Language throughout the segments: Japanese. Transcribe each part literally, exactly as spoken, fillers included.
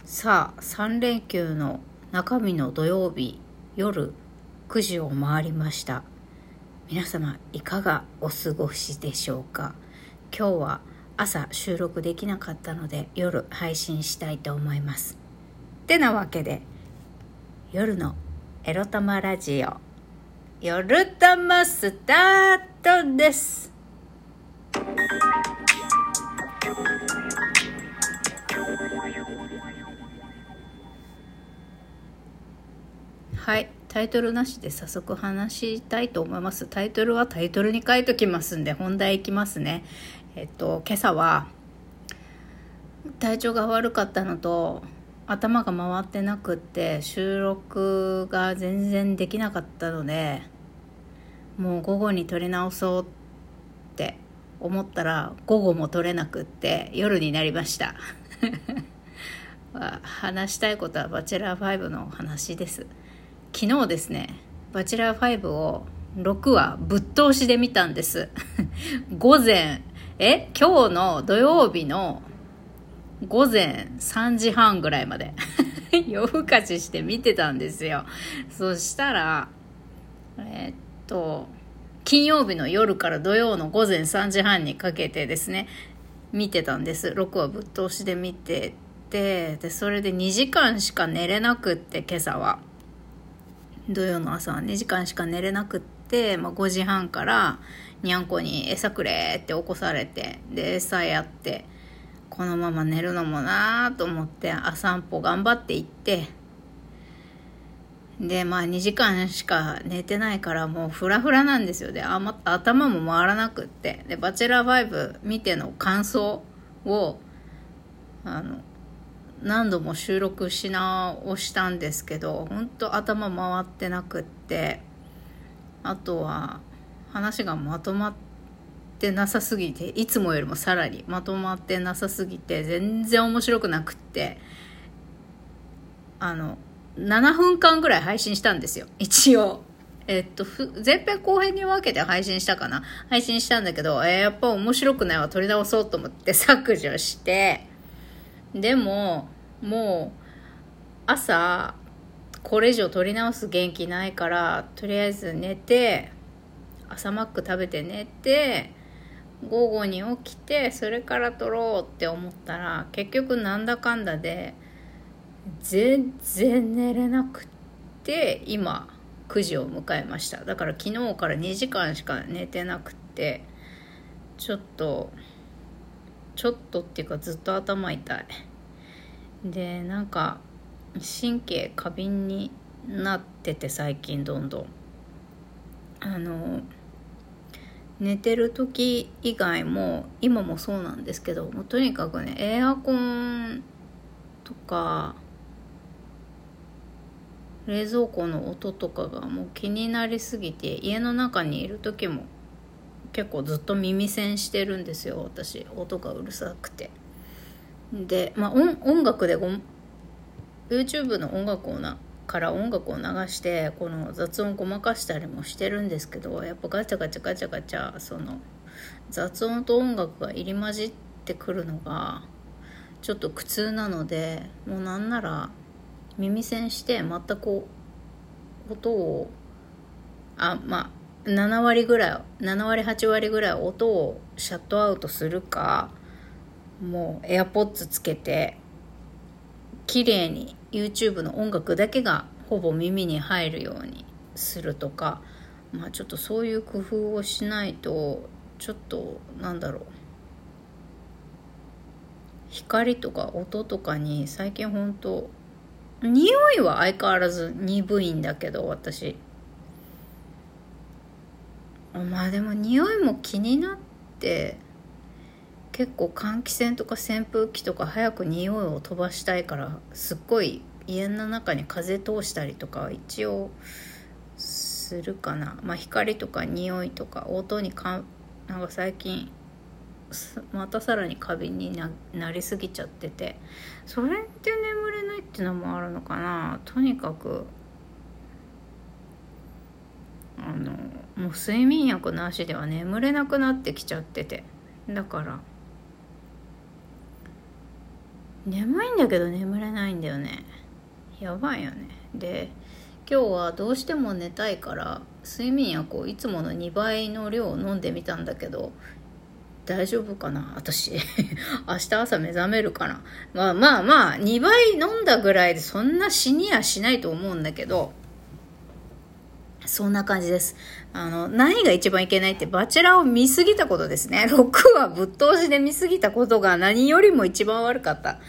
さあさん連休の中身の土曜日夜くじを回りました。皆様いかがお過ごしでしょうか。今日は朝収録できなかったので夜配信したいと思います。てなわけで夜のエロ玉ラジオ夜玉スタートです。はい、タイトルなしで早速話したいと思います。タイトルはタイトルに書いときますんで本題いきますね。えっと今朝は体調が悪かったのと頭が回ってなくって収録が全然できなかったので、もう午後に撮り直そうって思ったら午後も撮れなくって夜になりました話したいことはバチェラーファイブの話です。昨日ですね、バチェラーファイブをろくわぶっ通しで見たんです午前え今日の土曜日の午前さんじはんぐらいまで夜更かしして見てたんですよ。そしたらえー、っと金曜日の夜から土曜の午前さんじはんにかけてですね見てたんです。ろくわぶっ通しで見てて、でそれでにじかんしか寝れなくって、今朝は土曜の朝はにじかんしか寝れなくって、まあ、ごじはんからにゃんこに餌くれって起こされて、で餌やって、このまま寝るのもなと思って朝散歩頑張って行って、でまあにじかんしか寝てないからもうフラフラなんですよ。であ、ま、頭も回らなくって、でバチェラーファイブ見ての感想をあの何度も収録し直したんですけど、本当頭回ってなくって、あとは話がまとまってなさすぎて、いつもよりもさらにまとまってなさすぎて全然面白くなくって、あのななふんかんぐらい配信したんですよ一応。えっと前編後編に分けて配信したかな配信したんだけど、えー、やっぱ面白くないわ、撮り直そうと思って削除して、でももう朝これ以上撮り直す元気ないから、とりあえず寝て朝マック食べて寝て午後に起きてそれから撮ろうって思ったら、結局なんだかんだで全然寝れなくって、今くじを迎えました。だから昨日からにじかんしか寝てなくって、ちょっとちょっとっていうかずっと頭痛いで、なんか神経過敏になってて、最近どんどんあの寝てる時以外も今もそうなんですけど、もうとにかくねエアコンとか冷蔵庫の音とかがもう気になりすぎて、家の中にいる時も結構ずっと耳栓してるんですよ私、音がうるさくて。で、まあ、音, 音楽でご YouTube の音楽をなから音楽を流してこの雑音ごまかしたりもしてるんですけど、やっぱガチャガチャガチャガチャその雑音と音楽が入り混じってくるのがちょっと苦痛なので、もうなんなら耳栓して全く音をあまあななわりぐらいななわりはちわりぐらい音をシャットアウトするか、もう AirPods つけて綺麗に YouTube の音楽だけがほぼ耳に入るようにするとか、まあちょっとそういう工夫をしないと、ちょっとなんだろう、光とか音とかに最近ほんと匂いは相変わらず鈍いんだけど、私まあでも匂いも気になって、結構換気扇とか扇風機とか早く匂いを飛ばしたいから、すっごい家の中に風通したりとかは一応するかな。まあ光とか匂いとか音にかなんか最近またさらに過敏に な, なりすぎちゃってて、それって眠れないってのもあるのかな。とにかくあのもう睡眠薬なしでは眠れなくなってきちゃってて、だから眠いんだけど眠れないんだよね。やばいよね。で今日はどうしても寝たいから睡眠薬をいつものにばいの量を飲んでみたんだけど、大丈夫かな私明日朝目覚めるかな。まあまあまあにばい飲んだぐらいでそんな死にはしないと思うんだけど、そんな感じです。あの何が一番いけないってバチェラーを見すぎたことですね。ろくわぶっ通しで見すぎたことが何よりも一番悪かった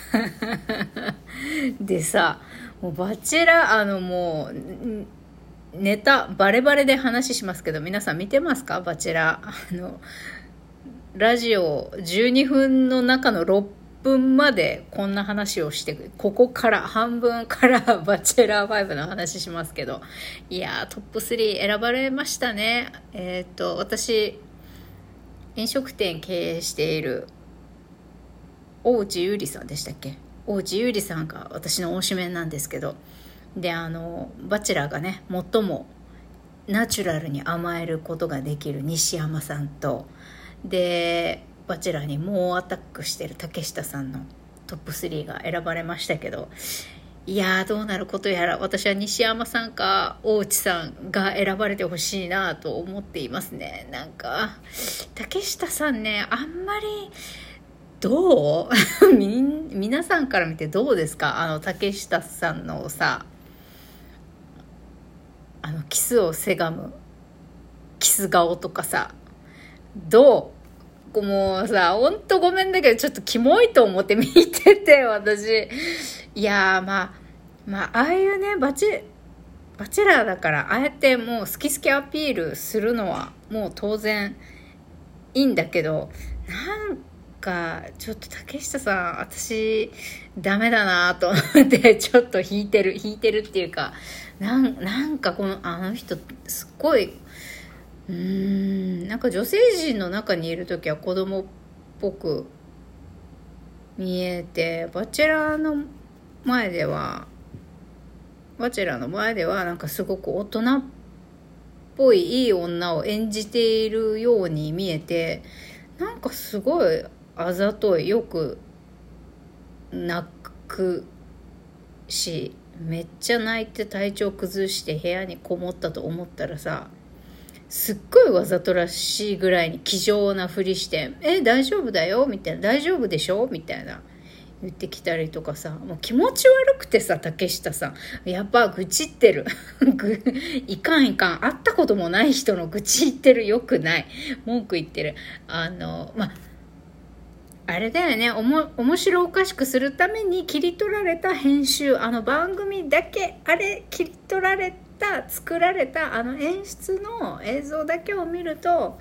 でさ、もうバチェラーあのもうネタバレバレで話しますけど、皆さん見てますか？バチェラーあのラジオじゅうにふんの中のろっぷんまでこんな話をして、ここから半分からバチェラーファイブの話しますけど、いやートップスリー選ばれましたね。えっと私飲食店経営している大内優里さんでしたっけ？大内優里さんが私の推しメンなんですけど、であのバチェラーがね最もナチュラルに甘えることができる西山さんと、でバチェラーに猛アタックしてる竹下さんのトップスリーが選ばれましたけど、いやーどうなることやら、私は西山さんか大内さんが選ばれてほしいなと思っていますね。なんか竹下さんね、あんまりどうみ皆さんから見てどうですか？あの竹下さんのさ、あのキスをせがむキス顔とかさ、どう？もうさ、ほんとごめんだけどちょっとキモいと思って見てて、私いやーまあまあああいうねバチバチェラーだからああやってもう好き好きアピールするのはもう当然いいんだけど、なんかちょっと竹下さん私ダメだなと思ってちょっと引いてる引いてるっていうか、なんなんかこのあの人すっごいうーんなんか女性陣の中にいるときは子供っぽく見えて、バチェラーの前ではバチェラーの前ではなんかすごく大人っぽいいい女を演じているように見えて、なんかすごいあざとい、よく泣くしめっちゃ泣いて体調崩して部屋にこもったと思ったらさ、すっごいわざとらしいぐらいに気丈なふりしてえ大丈夫だよみたいな、大丈夫でしょみたいな言ってきたりとかさ、もう気持ち悪くてさ、竹下さんやっぱ愚痴ってるいかんいかん、会ったこともない人の愚痴言ってる、よくない、文句言ってる。あのまああれだよね、おも面白おかしくするために切り取られた編集、あの番組だけあれ切り取られた作られたあの演出の映像だけを見ると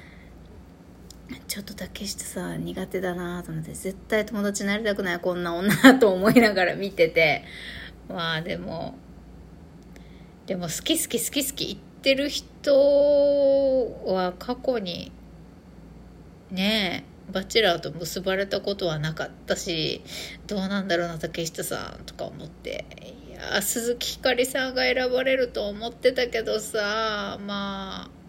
ちょっと竹下さん苦手だなと思って、絶対友達になりたくないこんな女と思いながら見てて、まあでもでも好き好き好き好き言ってる人は過去にねえバチェラーと結ばれたことはなかったし、どうなんだろうな竹下さんとか思って、いや鈴木ひかりさんが選ばれると思ってたけどさ、まあ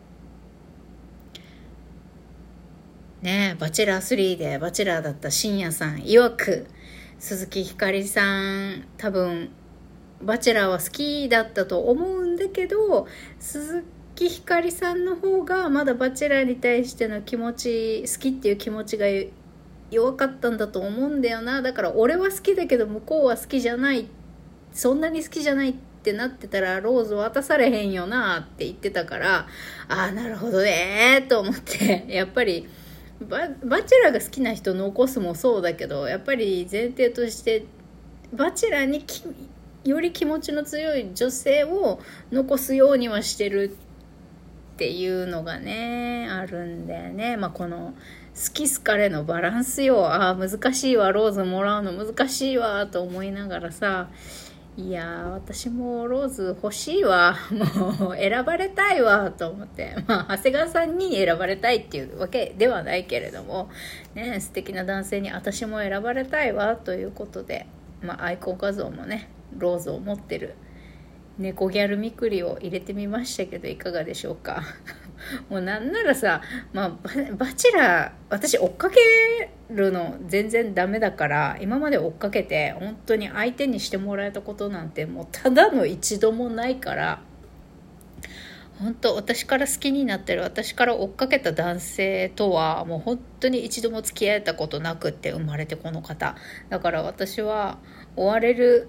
ねえバチェラースリーでバチェラーだった深夜さん曰く、鈴木ひかりさん多分バチェラーは好きだったと思うんだけど、鈴木ひかりさんの方がまだバチェラーに対しての気持ち、好きっていう気持ちが弱かったんだと思うんだよな。だから俺は好きだけど向こうは好きじゃない、そんなに好きじゃないってなってたらローズ渡されへんよなって言ってたから、ああなるほどねと思って、やっぱりバ, バチェラーが好きな人残すもそうだけど、やっぱり前提としてバチェラーにきより気持ちの強い女性を残すようにはしてるっていうのがねあるんだよね。まあこの好き好かれのバランスよ、あー難しいわ、ローズもらうの難しいわと思いながらさ、いやー私もローズ欲しいわ、もう選ばれたいわと思って、まあ長谷川さんに選ばれたいっていうわけではないけれどもね、素敵な男性に私も選ばれたいわということで、まあアイコン画像もねローズを持ってる猫ギャルみくりを入れてみましたけど、いかがでしょうかもうなんならさ、まあ、バ, バチェラー私追っかけるの全然ダメだから、今まで追っかけて本当に相手にしてもらえたことなんてもうただの一度もないから、本当私から好きになってる、私から追っかけた男性とはもう本当に一度も付き合えたことなくって、生まれてこの方だから、私は追われる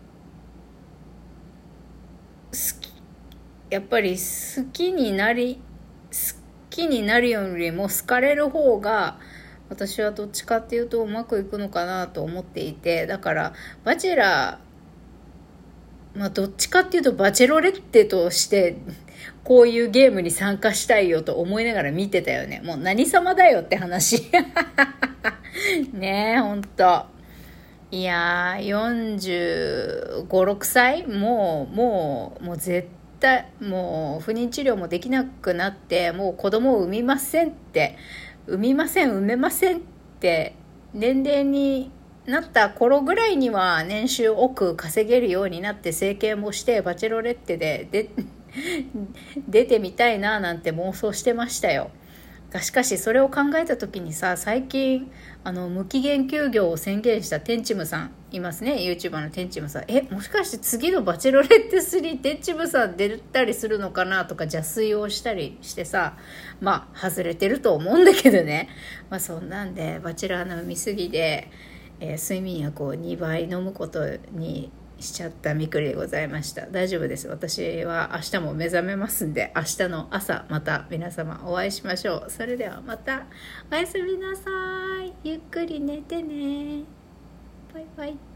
好きやっぱり好きになり好きになるよりも好かれる方が私はどっちかっていうとうまくいくのかなと思っていて、だからバチェラー、まあどっちかっていうとバチェロレッテとしてこういうゲームに参加したいよと思いながら見てたよね。もう何様だよって話ねえ、ほんといやーよんじゅうご、ろくさいもうもうもう絶対もう不妊治療もできなくなって、もう子供を産みませんって産みません産めませんって年齢になった頃ぐらいには年収億稼げるようになって整形もしてバチェロレッテでで出てみたいななんて妄想してましたよ。しかしそれを考えた時にさ、最近あの無期限休業を宣言したテンチムさんいますね、 YouTuber のテンチムさん。えもしかして次のバチェロレッテスリーテンチムさん出たりするのかなとか邪推をしたりしてさ、まあ外れてると思うんだけどね。まあそんなんでバチェラーの見過ぎで、えー、睡眠薬をにばい飲むことにしちゃったみくりでございました。大丈夫です。私は明日も目覚めますんで、明日の朝また皆様お会いしましょう。それではまたおやすみなさい。ゆっくり寝てね。バイバイ。